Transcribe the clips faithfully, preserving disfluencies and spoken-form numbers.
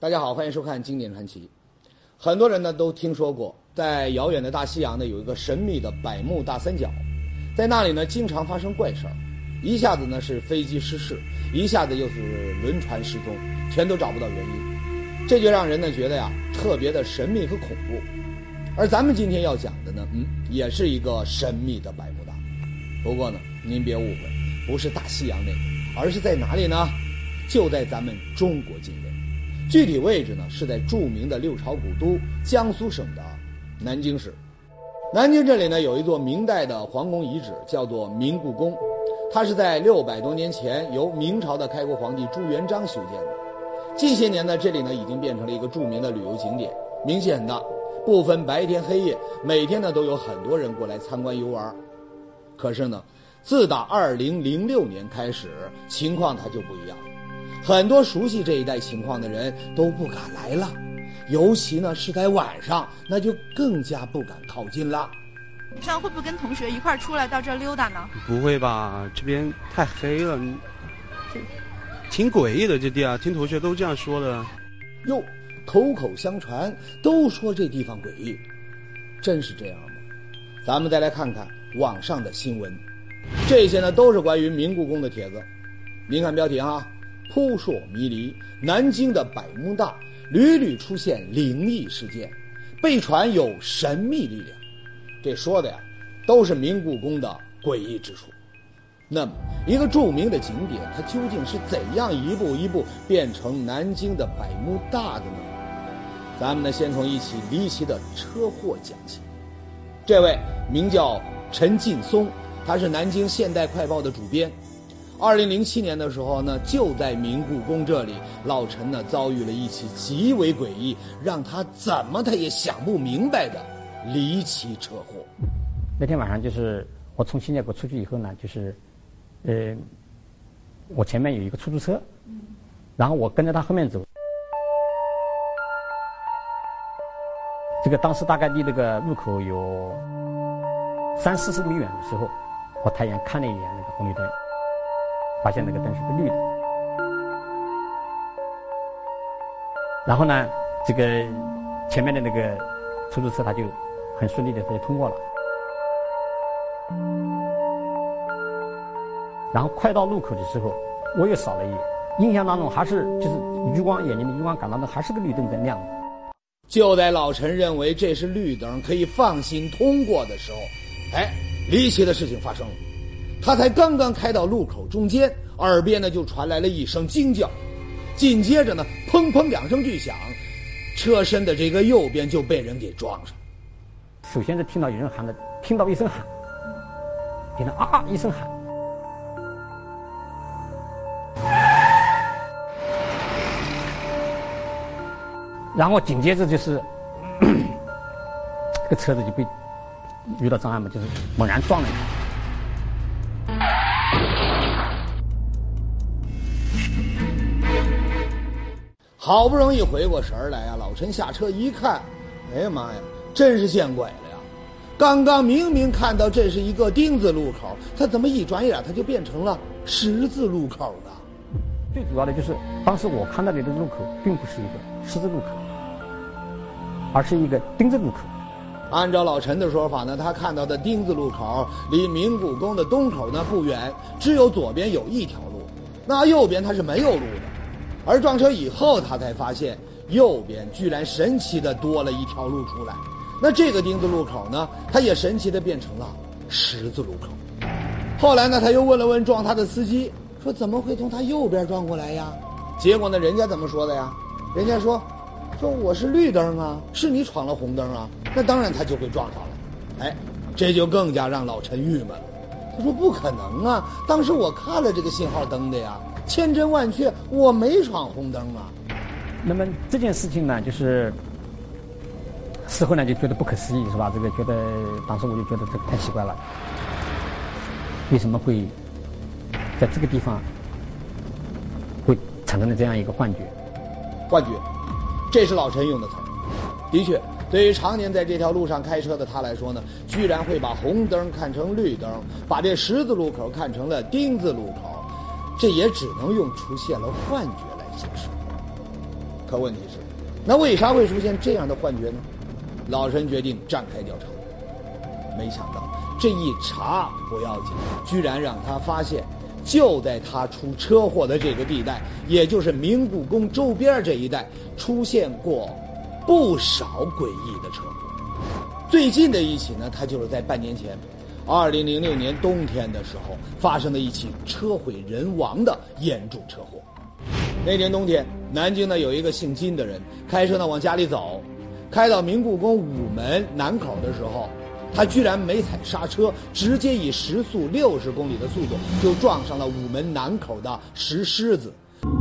大家好，欢迎收看《经典传奇》。很多人呢都听说过，在遥远的大西洋呢有一个神秘的百慕大三角，在那里呢经常发生怪事儿，一下子呢是飞机失事，一下子又是轮船失踪，全都找不到原因，这就让人呢觉得呀特别的神秘和恐怖。而咱们今天要讲的呢，嗯，也是一个神秘的百慕大，不过呢您别误会，不是大西洋那个，而是在哪里呢？就在咱们中国境内，具体位置呢是在著名的六朝古都江苏省的南京市。南京这里呢有一座明代的皇宫遗址，叫做明故宫，它是在六百多年前由明朝的开国皇帝朱元璋修建的。近些年呢，这里呢已经变成了一个著名的旅游景点，名气很大，不分白天黑夜，每天呢都有很多人过来参观游玩。可是呢，自打二零零六年开始，情况它就不一样了。很多熟悉这一带情况的人都不敢来了，尤其呢是在晚上，那就更加不敢靠近了。 这样会不会跟同学一块出来到这儿溜达呢？ 不会吧，这边太黑了，挺诡异的这地啊，听同学都这样说的。 哟，口口相传都说这地方诡异，真是这样吗？咱们再来看看网上的新闻，这些呢都是关于明故宫的帖子。您看标题哈，扑朔迷离，南京的百慕大屡屡出现灵异事件，被传有神秘力量。这说的呀都是明故宫的诡异之处。那么一个著名的景点，它究竟是怎样一步一步变成南京的百慕大的呢？咱们呢先从一起离奇的车祸讲起。这位名叫陈劲松，他是南京现代快报的主编。二零零七年的时候呢，就在明故宫这里，老陈呢遭遇了一起极为诡异，让他怎么他也想不明白的离奇车祸。 那天晚上就是我从新街口出去以后呢，就是呃我前面有一个出租车，然后我跟着他后面走，这个当时大概离这个路口有三四十米远的时候，我抬眼看了一眼那个红绿灯，发现那个灯是个绿的。然后呢，这个前面的那个出租车它就很顺利的就通过了。然后快到路口的时候，我又扫了一眼，印象当中还是就是余光眼睛的余光感当中还是个绿灯在亮的。 就在老陈认为这是绿灯可以放心通过的时候，哎，离奇的事情发生了。他才刚刚开到路口中间，耳边呢就传来了一声惊叫，紧接着呢砰砰两声巨响，车身的这个右边就被人给撞上。 首先是听到有人喊的，听到一声喊，听到啊一声喊，然后紧接着就是这个车子就被遇到障碍嘛，就是猛然撞了一下。 好不容易回过神来呀，老陈下车一看，哎呀妈呀，真是见鬼了呀！刚刚明明看到这是一个丁字路口，他怎么一转眼他就变成了十字路口呢？ 最主要的就是当时我看到的这个路口并不是一个十字路口，而是一个丁字路口。 按照老陈的说法呢，他看到的丁字路口离明故宫的东口呢不远，只有左边有一条路，那右边它是没有路的。而撞车以后，他才发现右边居然神奇的多了一条路出来。那这个丁字路口呢，它也神奇的变成了十字路口。后来呢，他又问了问撞他的司机，说怎么会从他右边撞过来呀？结果呢，人家怎么说的呀？人家说说我是绿灯啊，是你闯了红灯啊，那当然他就会撞上了。哎，这就更加让老陈郁闷了。他说不可能啊，当时我看了这个信号灯的呀，千真万确，我没闯红灯啊。 那么这件事情呢，就是事后呢就觉得不可思议，是吧？这个觉得当时我就觉得这个太奇怪了，为什么会在这个地方会产生了这样一个幻觉？ 幻觉，这是老陈用的词儿。的确，对于常年在这条路上开车的他来说呢，居然会把红灯看成绿灯，把这十字路口看成了丁字路口，这也只能用出现了幻觉来解释。 可问题是，那为啥会出现这样的幻觉呢？老陈决定展开调查。没想到这一查不要紧，居然让他发现，就在他出车祸的这个地带，也就是明故宫周边这一带，出现过不少诡异的车祸。最近的一起呢，它就是在半年前二零零六年冬天的时候发生的一起车毁人亡的严重车祸。那年冬天，南京呢有一个姓金的人开车呢往家里走，开到明故宫午门南口的时候，他居然没踩刹车，直接以时速六十公里的速度就撞上了午门南口的石狮子。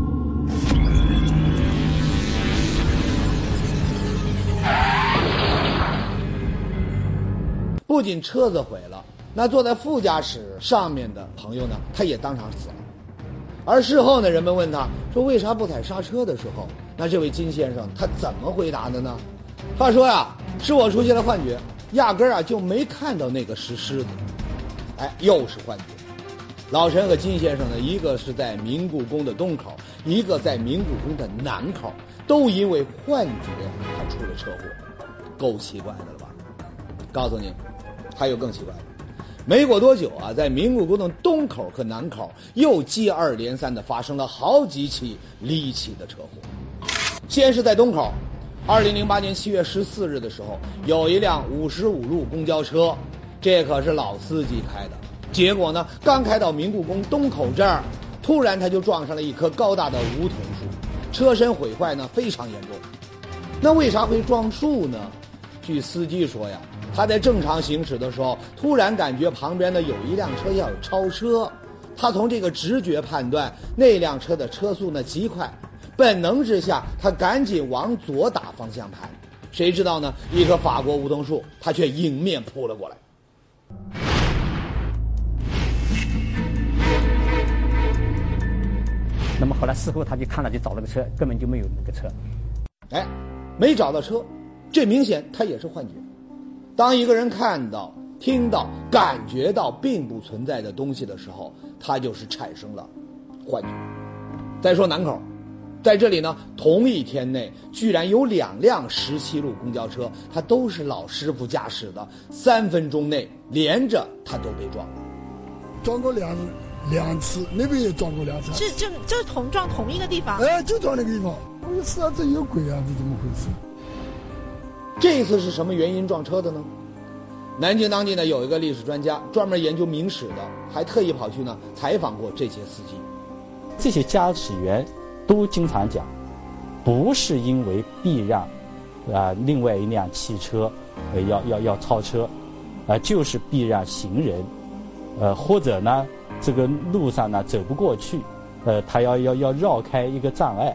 不仅车子毁了，那坐在副驾驶上面的朋友呢，他也当场死了。而事后呢，人们问他说为啥不踩刹车的时候，那这位金先生他怎么回答的呢？他说呀，是我出现了幻觉，压根儿啊就没看到那个石狮子。哎，又是幻觉。老陈和金先生呢，一个是在明故宫的东口，一个在明故宫的南口，都因为幻觉他出了车祸，够奇怪的了吧？告诉你，还有更奇怪的。没过多久啊，在明故宫的东口和南口又接二连三的发生了好几起离奇的车祸。先是在东口，二零零八年七月十四日的时候，有一辆五十五路公交车，这可是老司机开的，结果呢，刚开到明故宫东口这儿，突然他就撞上了一棵高大的梧桐树，车身毁坏呢非常严重。那为啥会撞树呢？据司机说呀，他在正常行驶的时候，突然感觉旁边呢有一辆车要超车，他从这个直觉判断那辆车的车速呢极快，本能之下他赶紧往左打方向盘，谁知道呢一棵法国梧桐树他却迎面扑了过来。 那么后来事后他就看了，就找了个车，根本就没有那个车。 哎，没找到车，这明显他也是幻觉。当一个人看到、听到、感觉到并不存在的东西的时候，他就是产生了幻觉。再说南口，在这里呢，同一天内居然有两辆十七路公交车，它都是老师傅驾驶的，三分钟内连着它都被撞了。 撞过两两次，那边也撞过两次。 是就就是同撞同一个地方？ 哎，就撞那个地方。我说是啊，这有鬼啊，这怎么回事？ 这一次是什么原因撞车的呢？南京当地呢有一个历史专家，专门研究明史的，还特意跑去呢采访过这些司机。 这些驾驶员都经常讲，不是因为避让啊、呃、另外一辆汽车呃要要要超车，啊、呃、就是避让行人，呃或者呢这个路上呢走不过去，呃他要要要绕开一个障碍，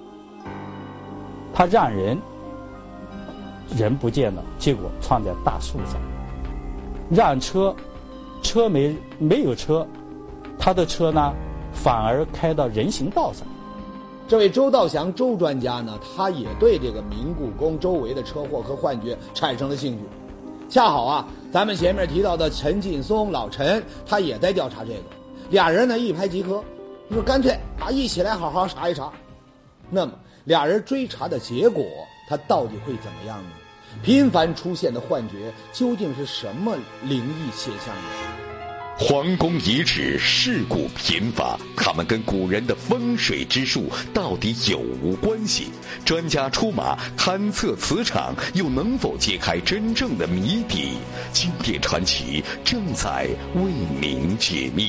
他让人。人不见了，结果撞在大树上。让车，车没没有车，他的车呢，反而开到人行道上。 这位周道祥周专家呢，他也对这个明故宫周围的车祸和幻觉产生了兴趣。恰好啊，咱们前面提到的陈劲松老陈，他也在调查这个。俩人呢一拍即合，说干脆啊一起来好好查一查。那么俩人追查的结果，它到底会怎么样呢？频繁出现的幻觉究竟是什么灵异现象呢？ 皇宫遗址事故频发，他们跟古人的风水之术到底有无关系？专家出马勘测磁场，又能否揭开真正的谜底？经典传奇正在为您解密。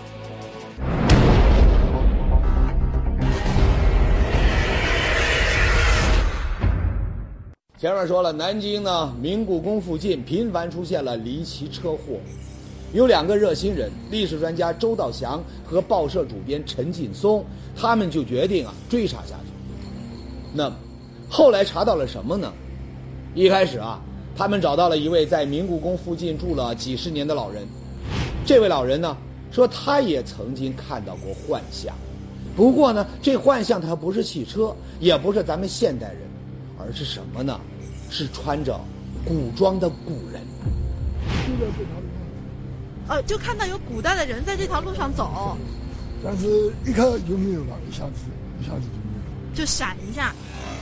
前面说了，南京呢明故宫附近频繁出现了离奇车祸，有两个热心人，历史专家周道祥和报社主编陈劲松，他们就决定啊追查下去。那么后来查到了什么呢？一开始啊，他们找到了一位在明故宫附近住了几十年的老人。这位老人呢说，他也曾经看到过幻象，不过呢，这幻象它不是汽车，也不是咱们现代人，而是什么呢？是穿着古装的古人。 呃，就看到有古代的人在这条路上走， 但是一看就没有了，一下子一下子就没有了。 就闪一下。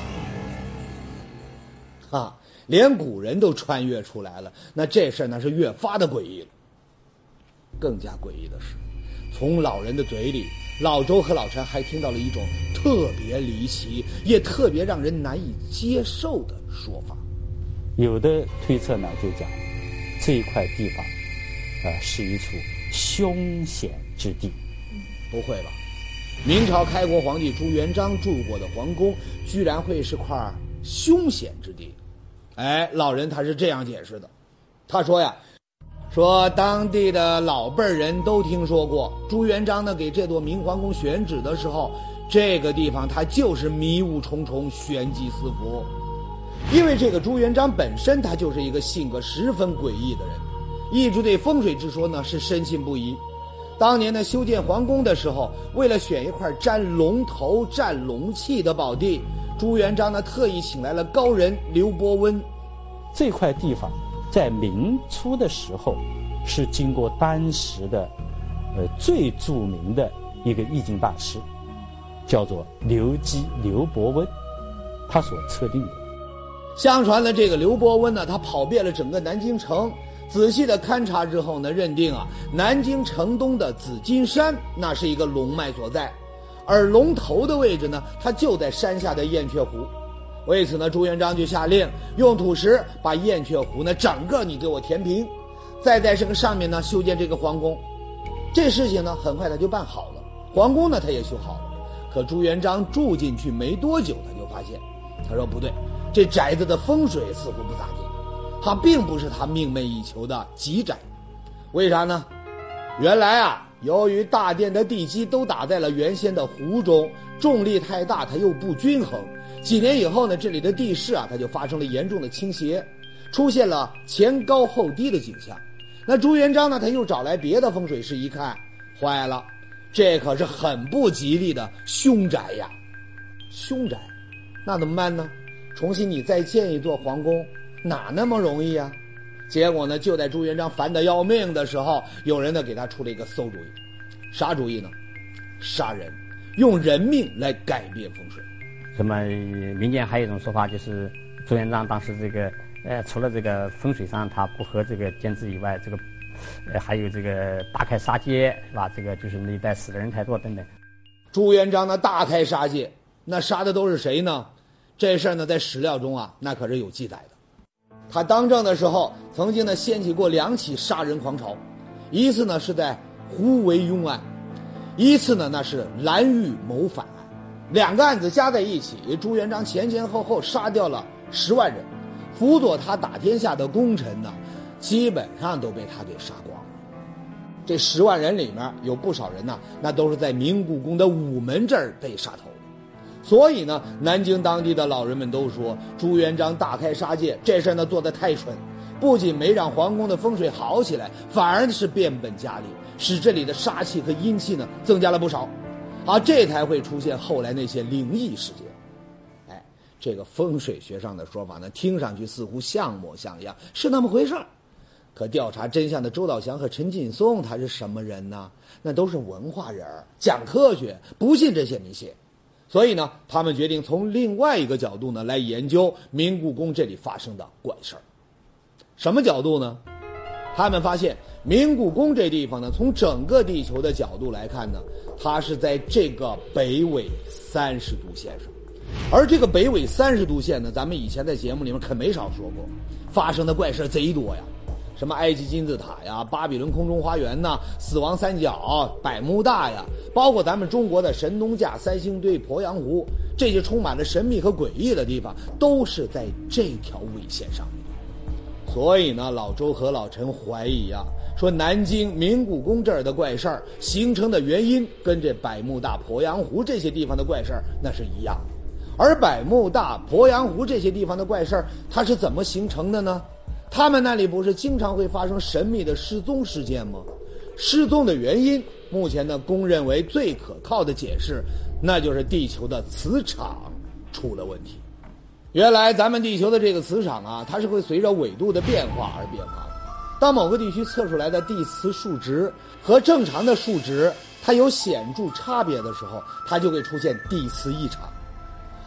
啊，连古人都穿越出来了，那这事儿那是越发的诡异了。更加诡异的是，从老人的嘴里，老周和老陈还听到了一种特别离奇也特别让人难以接受的说法。 有的推测呢就讲这一块地方呃是一处凶险之地。 不会吧，明朝开国皇帝朱元璋住过的皇宫居然会是块凶险之地？哎，老人他是这样解释的，他说呀，说当地的老辈人都听说过，朱元璋呢给这座明皇宫选址的时候，这个地方它就是迷雾重重，玄机四伏。因为这个朱元璋本身他就是一个性格十分诡异的人，一直对风水之说呢是深信不疑。当年呢修建皇宫的时候，为了选一块沾龙头沾龙气的宝地，朱元璋呢特意请来了高人刘伯温。 这块地方在明初的时候是经过当时的呃最著名的一个易经大师，叫做刘基刘伯温，他所测定的。 相传呢这个刘伯温呢，他跑遍了整个南京城，仔细的勘察之后呢，认定啊南京城东的紫金山那是一个龙脉所在，而龙头的位置呢，它就在山下的燕雀湖。为此呢，朱元璋就下令用土石把燕雀湖呢整个你给我填平，再在这个上面呢修建这个皇宫。这事情呢很快他就办好了，皇宫呢他也修好了。可朱元璋住进去没多久，他就发现，他说不对，这宅子的风水似乎不咋地，它并不是他梦寐以求的吉宅。为啥呢？原来啊，由于大殿的地基都打在了原先的湖中，重力太大，它又不均衡。几年以后呢，这里的地势啊，它就发生了严重的倾斜，出现了前高后低的景象。那朱元璋呢，他又找来别的风水师一看，坏了，这可是很不吉利的凶宅呀！凶宅，那怎么办呢？重新你再建一座皇宫，哪那么容易啊？结果呢，就在朱元璋烦得要命的时候，有人呢给他出了一个馊主意。啥主意呢？杀人，用人命来改变风水。 什么民间还有一种说法，就是朱元璋当时这个呃，除了这个风水上他不合这个监制以外，这个呃还有这个大开杀戒，是吧？这个就是那一带死的人太多等等。 朱元璋呢大开杀戒，那杀的都是谁呢？这事儿呢在史料中啊那可是有记载的。他当政的时候，曾经呢掀起过两起杀人狂潮，一次呢是在胡惟庸案，一次呢那是蓝玉谋反案。两个案子加在一起，朱元璋前前后后杀掉了十万人，辅佐他打天下的功臣呢，基本上都被他给杀光了。这十万人里面有不少人呢，那都是在明故宫的午门这儿被杀头的。所以呢，南京当地的老人们都说，朱元璋大开杀戒，这事呢做得太蠢，不仅没让皇宫的风水好起来，反而是变本加厉，使这里的杀气和阴气呢增加了不少。啊，这才会出现后来那些灵异事件。哎，这个风水学上的说法呢，听上去似乎像模像样，是那么回事儿。可调查真相的周道祥和陈劲松，他是什么人呢？那都是文化人，讲科学，不信这些迷信。所以呢，他们决定从另外一个角度呢来研究明故宫这里发生的怪事儿。什么角度呢？他们发现明故宫这地方呢，从整个地球的角度来看呢，它是在这个北纬三十度线上。而这个北纬三十度线呢，咱们以前在节目里面可没少说过，发生的怪事贼多呀，什么埃及金字塔呀、巴比伦空中花园呐、死亡三角、百慕大呀，包括咱们中国的神农架、三星堆、鄱阳湖，这些充满了神秘和诡异的地方，都是在这条纬线上面。所以呢，老周和老陈怀疑啊，说南京明故宫这儿的怪事儿形成的原因跟这百慕大、鄱阳湖这些地方的怪事儿那是一样的。而百慕大、鄱阳湖这些地方的怪事儿，它是怎么形成的呢？他们那里不是经常会发生神秘的失踪事件吗？失踪的原因，目前呢公认为最可靠的解释，那就是地球的磁场出了问题。原来咱们地球的这个磁场啊，它是会随着纬度的变化而变化的。当某个地区测出来的地磁数值和正常的数值它有显著差别的时候，它就会出现地磁异常。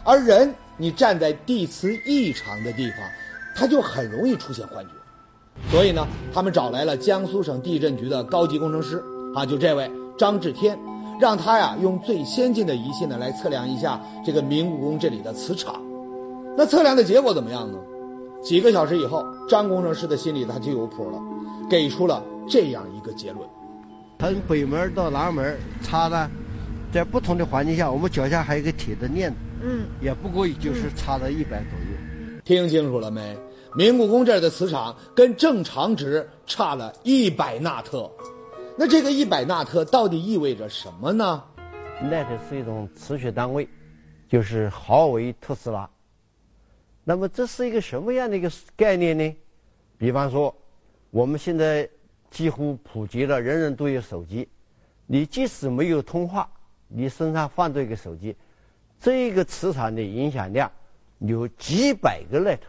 而人你站在地磁异常的地方，它就很容易出现幻觉。所以呢，他们找来了江苏省地震局的高级工程师啊，就这位张志天，让他呀用最先进的仪器呢来测量一下这个明故宫这里的磁场。那测量的结果怎么样呢？几个小时以后，张工程师的心里他就有谱了，给出了这样一个结论： 从北门到南门差的，在不同的环境下，我们脚下还有一个铁的链子，嗯，也不过也就是差了一百左右。 听清楚了没？明故宫这儿的磁场跟正常值差了一百纳特。那这个一百纳特到底意味着什么呢？ 纳特是一种磁学单位，就是毫微特斯拉。那么这是一个什么样的一个概念呢？比方说，我们现在几乎普及了，人人都有手机。你即使没有通话，你身上放这个手机，这个磁场的影响量有几百个纳特。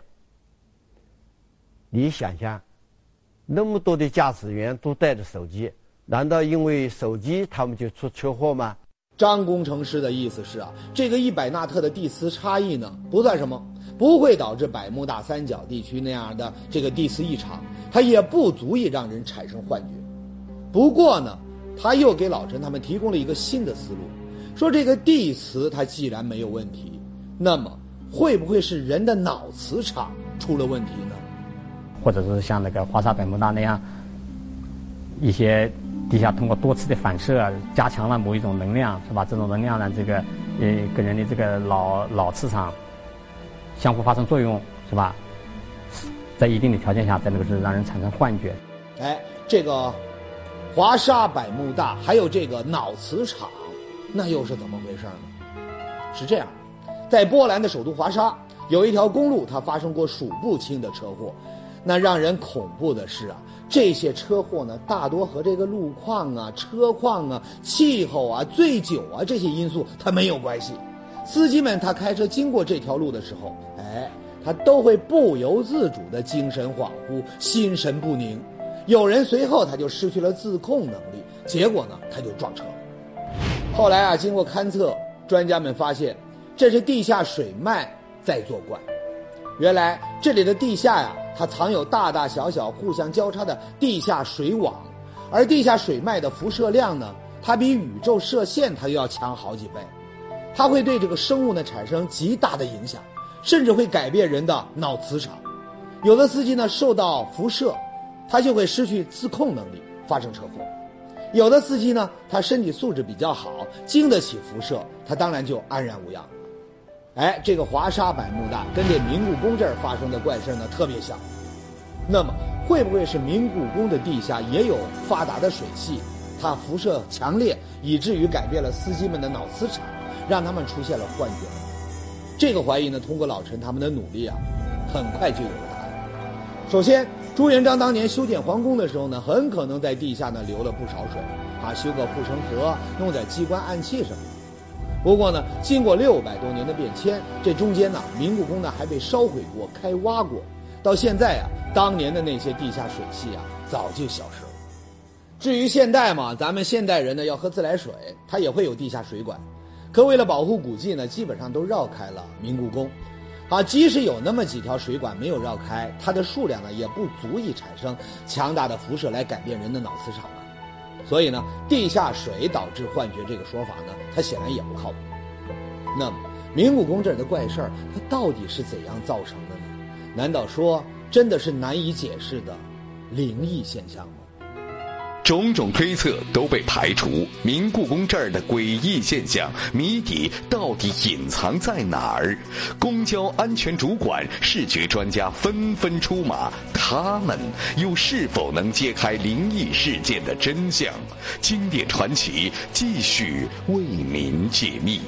你想想，那么多的驾驶员都带着手机，难道因为手机他们就出车祸吗？ 张工程师的意思是啊，这个一百纳特的地磁差异呢，不算什么，不会导致百慕大三角地区那样的这个地磁异常，它也不足以让人产生幻觉。不过呢，他又给老陈他们提供了一个新的思路，说这个地磁它既然没有问题，那么会不会是人的脑磁场出了问题呢？ 或者是像那个华沙百慕大那样，一些地下通过多次的反射加强了某一种能量，是吧？这种能量呢，这个呃跟人的这个脑脑磁场相互发生作用，是吧？在一定的条件下，在那个是让人产生幻觉。 哎，这个华沙百慕大还有这个脑磁场，那又是怎么回事呢？是这样，在波兰的首都华沙有一条公路，它发生过数不清的车祸。那让人恐怖的是啊，这些车祸呢，大多和这个路况啊、车况啊、气候啊、醉酒啊这些因素它没有关系。司机们他开车经过这条路的时候，哎，他都会不由自主的精神恍惚、心神不宁。有人随后他就失去了自控能力，结果呢，他就撞车了。后来啊，经过勘测，专家们发现这是地下水脉在作怪。原来这里的地下呀，它藏有大大小小互相交叉的地下水网，而地下水脉的辐射量呢，它比宇宙射线它又要强好几倍，它会对这个生物呢产生极大的影响，甚至会改变人的脑磁场。有的司机呢受到辐射，他就会失去自控能力，发生车祸；有的司机呢，他身体素质比较好，经得起辐射，他当然就安然无恙。哎，这个华沙百慕大跟这明故宫这儿发生的怪事呢特别像。那么会不会是明故宫的地下也有发达的水系，它辐射强烈，以至于改变了司机们的脑磁场，让他们出现了幻觉呢？这个怀疑呢，通过老陈他们的努力啊，很快就有了答案。首先，朱元璋当年修建皇宫的时候呢，很可能在地下呢流了不少水啊，修个护城河，弄点机关暗器什么的。不过呢，经过六百多年的变迁，这中间呢，明故宫呢还被烧毁过、开挖过，到现在啊，当年的那些地下水系啊，早就消失了。至于现代嘛，咱们现代人呢要喝自来水，它也会有地下水管，可为了保护古迹呢，基本上都绕开了明故宫。啊，即使有那么几条水管没有绕开，它的数量呢也不足以产生强大的辐射来改变人的脑磁场啊。所以呢，地下水导致幻觉这个说法呢，它显然也不靠谱。那么，明故宫这儿的怪事儿，它到底是怎样造成的呢？难道说真的是难以解释的灵异现象吗？ 种种推测都被排除，明故宫这儿的诡异现象谜底到底隐藏在哪儿？公交安全主管、视觉专家纷纷出马，他们又是否能揭开灵异事件的真相？经典传奇继续为您解密。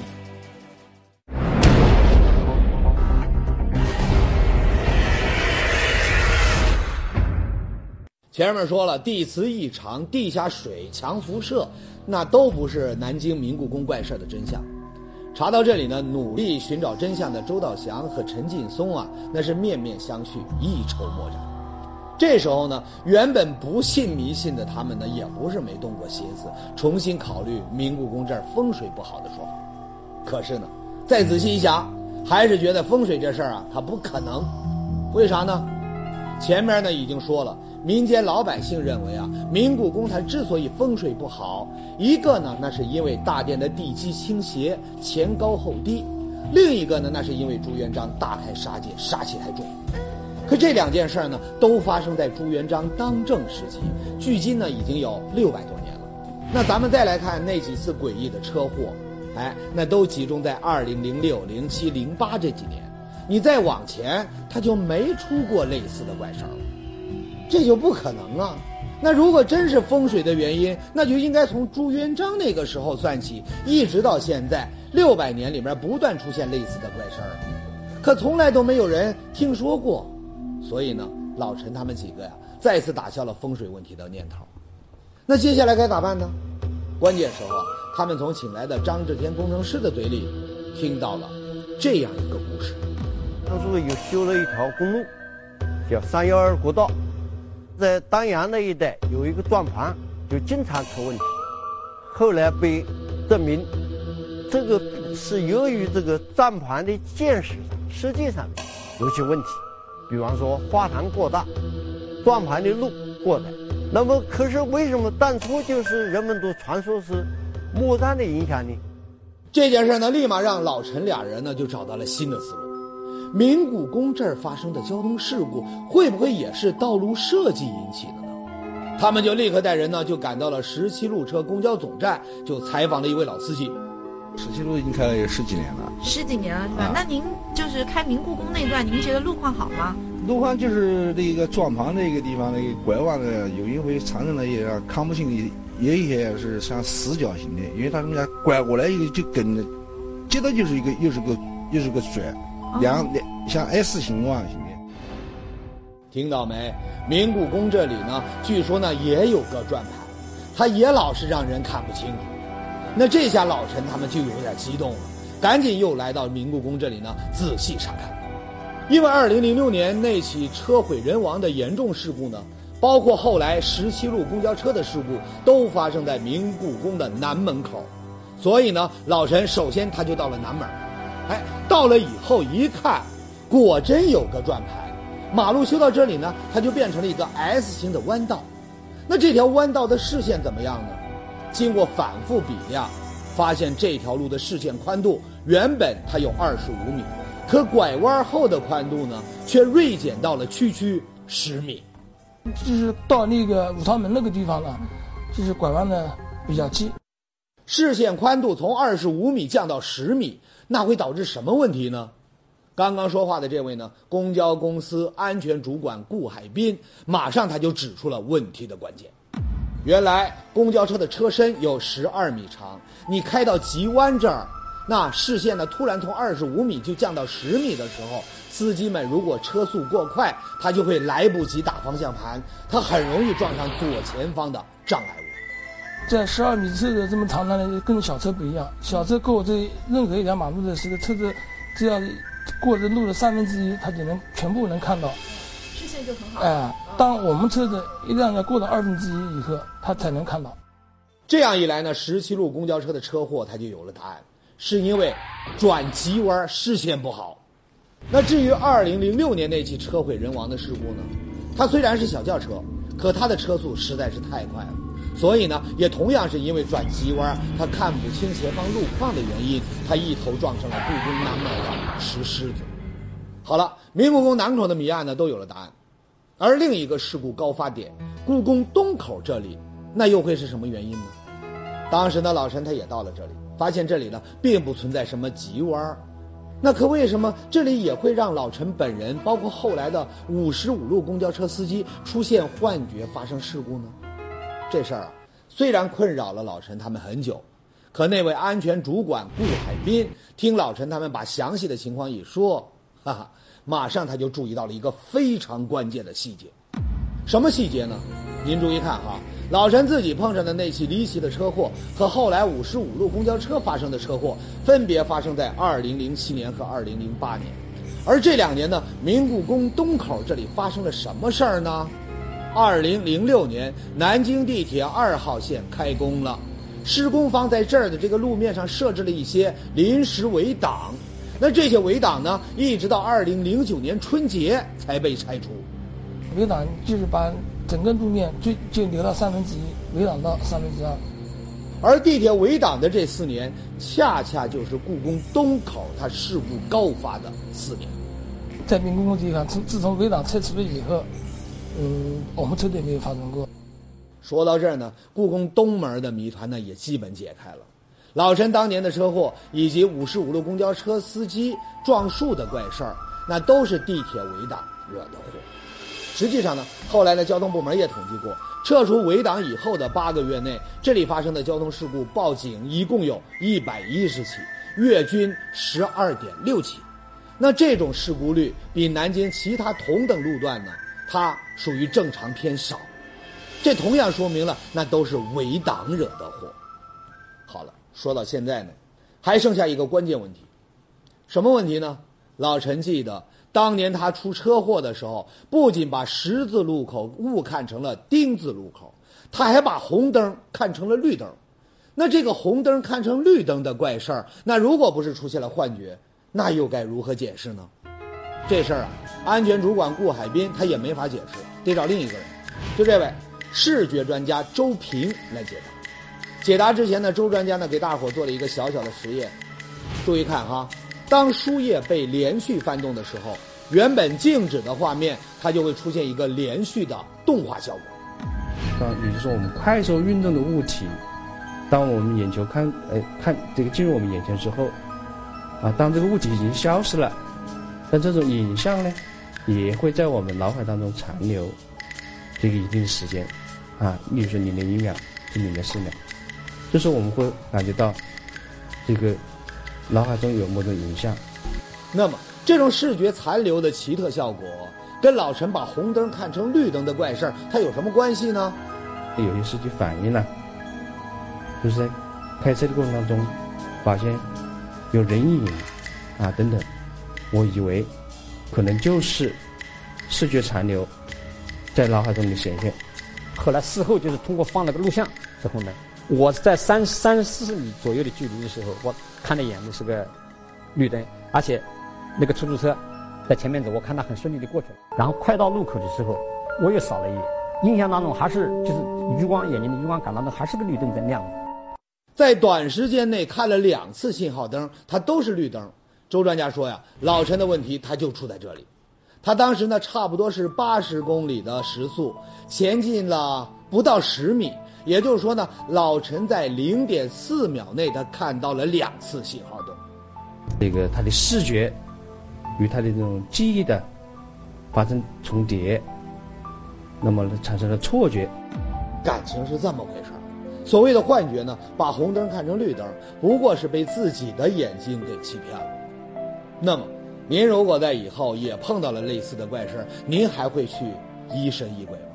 前面说了，地磁异常、地下水、强辐射，那都不是南京明故宫怪事的真相。查到这里呢，努力寻找真相的周道祥和陈劲松啊，那是面面相觑，一筹莫展。这时候呢，原本不信迷信的他们呢，也不是没动过心思，重新考虑明故宫这儿风水不好的说法。可是呢，再仔细一想， 还是觉得风水这事儿啊，它不可能。为啥呢？前面呢已经说了，民间老百姓认为啊，明故宫它之所以风水不好，一个呢那是因为大殿的地基倾斜，前高后低；另一个呢那是因为朱元璋大开杀戒，杀气太重。可这两件事呢，都发生在朱元璋当政时期，距今呢已经有六百多年了。那咱们再来看那几次诡异的车祸，哎，那都集中在二零零六、零七、零八这几年。你再往前，它就没出过类似的怪事儿了，这就不可能啊。那如果真是风水的原因，那就应该从朱元璋那个时候算起，一直到现在六百年里面不断出现类似的怪事儿，可从来都没有人听说过。所以呢，老陈他们几个呀，再次打消了风水问题的念头。那接下来该咋办呢？关键时候啊，他们从请来的张志天工程师的嘴里听到了这样一个故事。 当初又修了一条公路，叫三幺二国道，在丹阳那一带有一个转盘，就经常出问题。后来被证明，这个是由于这个转盘的建设上、设计上面有些问题。比方说花坛过大，转盘的路过窄。那么可是为什么当初就是人们都传说是莫占的影响呢？ 这件事呢，立马让老陈俩人呢就找到了新的思路。明故宫这儿发生的交通事故，会不会也是道路设计引起的呢？他们就立刻带人呢就赶到了十七路车公交总站，就采访了一位老司机。 十七路已经开了有十几年了， 十几年了是吧？ 啊、 那您就是开明故宫那段，您觉得路况好吗？ 路况就是那个转盘那个地方那个拐弯的，有因为产生了一些看不清的，也有一些是像死角型的，因为它人家拐过来一个就跟着，接着就是一个又是个又是个转，两两像 S 型弯型的。 听到没？明故宫这里呢，据说呢也有个转盘，它也老是让人看不清楚。那这下老陈他们就有点激动了，赶紧又来到明故宫这里呢仔细查看。因为二零零六年那起车毁人亡的严重事故呢，包括后来十七路公交车的事故，都发生在明故宫的南门口。所以呢，老陈首先他就到了南门。哎，到了以后一看，果真有个转盘，马路修到这里呢，它就变成了一个 S 型的弯道。那这条弯道的视线怎么样呢？经过反复比量，发现这条路的视线宽度原本它有二十五米，可拐弯后的宽度呢，却锐减到了区区十米。 就是到那个武昌门那个地方呢，就是拐弯的比较急。 视线宽度从二十五米降到十米，那会导致什么问题呢？刚刚说话的这位呢，公交公司安全主管顾海滨，马上他就指出了问题的关键。原来公交车的车身有十二米长，你开到急弯这儿，那视线呢突然从二十五米就降到十米的时候，司机们如果车速过快，他就会来不及打方向盘，他很容易撞上左前方的障碍物。 在十二米车的这么长呢，跟小车不一样，小车过这任何一条马路的时候，车子只要过这路的三分之一，它就能全部能看到。 视线就很好。 哎，当我们车子一旦要过了二分之一以后，它才能看到。 这样一来呢，十七路公交车的车祸它就有了答案，是因为转急弯视线不好。那至于二零零六年那起车毁人亡的事故呢，它虽然是小轿车，可它的车速实在是太快了，所以呢，也同样是因为转急弯，它看不清前方路况的原因，它一头撞上了故宫南门的石狮子。好了，明故宫南口的谜案呢都有了答案，而另一个事故高发点故宫东口这里，那又会是什么原因呢？当时呢，老陈他也到了这里，发现这里呢并不存在什么急弯，那可为什么这里也会让老陈本人，包括后来的五十五路公交车司机出现幻觉，发生事故呢？这事儿啊，虽然困扰了老陈他们很久，可那位安全主管顾海滨听老陈他们把详细的情况一说，哈哈，马上他就注意到了一个非常关键的细节。什么细节呢？您注意看哈，老陈自己碰上的那起离奇的车祸和后来五十五路公交车发生的车祸，分别发生在二零零七年和二零零八年。而这两年呢，明故宫东口这里发生了什么事儿呢？二零零六年，南京地铁二号线开工了，施工方在这儿的这个路面上设置了一些临时围挡， 那这些围挡呢，一直到二零零九年春节才被拆除。 围挡就是把整个路面就就留到三分之一，围挡到三分之二。 而地铁围挡的这四年，恰恰就是故宫东口它事故高发的四年。 在民故宫地方，从自从围挡拆除了以后，嗯，我们车队没有发生过。 说到这儿呢，故宫东门的谜团呢也基本解开了。老陈当年的车祸以及五十五路公交车司机撞树的怪事儿，那都是地铁围挡惹的祸。实际上呢，后来呢，交通部门也统计过，撤除围挡以后的八个月内，这里发生的交通事故报警一共有一百一十起，月均十二点六起。那这种事故率比南京其他同等路段呢，它属于正常偏少。这同样说明了，那都是围挡惹的祸。好了，说到现在呢，还剩下一个关键问题，什么问题呢？老陈记得当年他出车祸的时候，不仅把十字路口误看成了丁字路口，他还把红灯看成了绿灯。那这个红灯看成绿灯的怪事儿，那如果不是出现了幻觉，那又该如何解释呢？这事儿啊，安全主管顾海滨他也没法解释，得找另一个人，就这位视觉专家周平来解答。解答之前呢，周专家呢给大伙做了一个小小的实验。注意看哈，当书页被连续翻动的时候，原本静止的画面它就会出现一个连续的动画效果。 啊，也就是说我们快速运动的物体，当我们眼球看呃看这个进入我们眼前之后，啊，当这个物体已经消失了，但这种影像呢也会在我们脑海当中残留这个一定的时间，啊，例如说零点一秒至零点四秒，这时候我们会感觉到这个脑海中有某种影像。 那么这种视觉残留的奇特效果跟老陈把红灯看成绿灯的怪事儿它有什么关系呢？ 有些司机反映了，就是在开车的过程当中发现有人影啊等等，我以为可能就是视觉残留在脑海中的显现。 后来事后就是通过放了个录像之后呢，我在三三四十米左右的距离的时候，我看了一眼那是个绿灯，而且那个出租车在前面走，我看他很顺利的过去了。然后快到路口的时候，我又扫了一眼，印象当中还是就是余光眼睛的余光感当中还是个绿灯在亮的。 在短时间内看了两次信号灯，它都是绿灯。周专家说呀，老陈的问题他就出在这里。他当时呢差不多是八十公里的时速，前进了不到十米，也就是说呢，老陈在零点四秒内他看到了两次信号灯。 这个他的视觉与他的这种记忆的发生重叠，那么产生了错觉。 感情是这么回事儿。所谓的幻觉呢，把红灯看成绿灯，不过是被自己的眼睛给欺骗了。那么您如果在以后也碰到了类似的怪事，您还会去疑神疑鬼吗？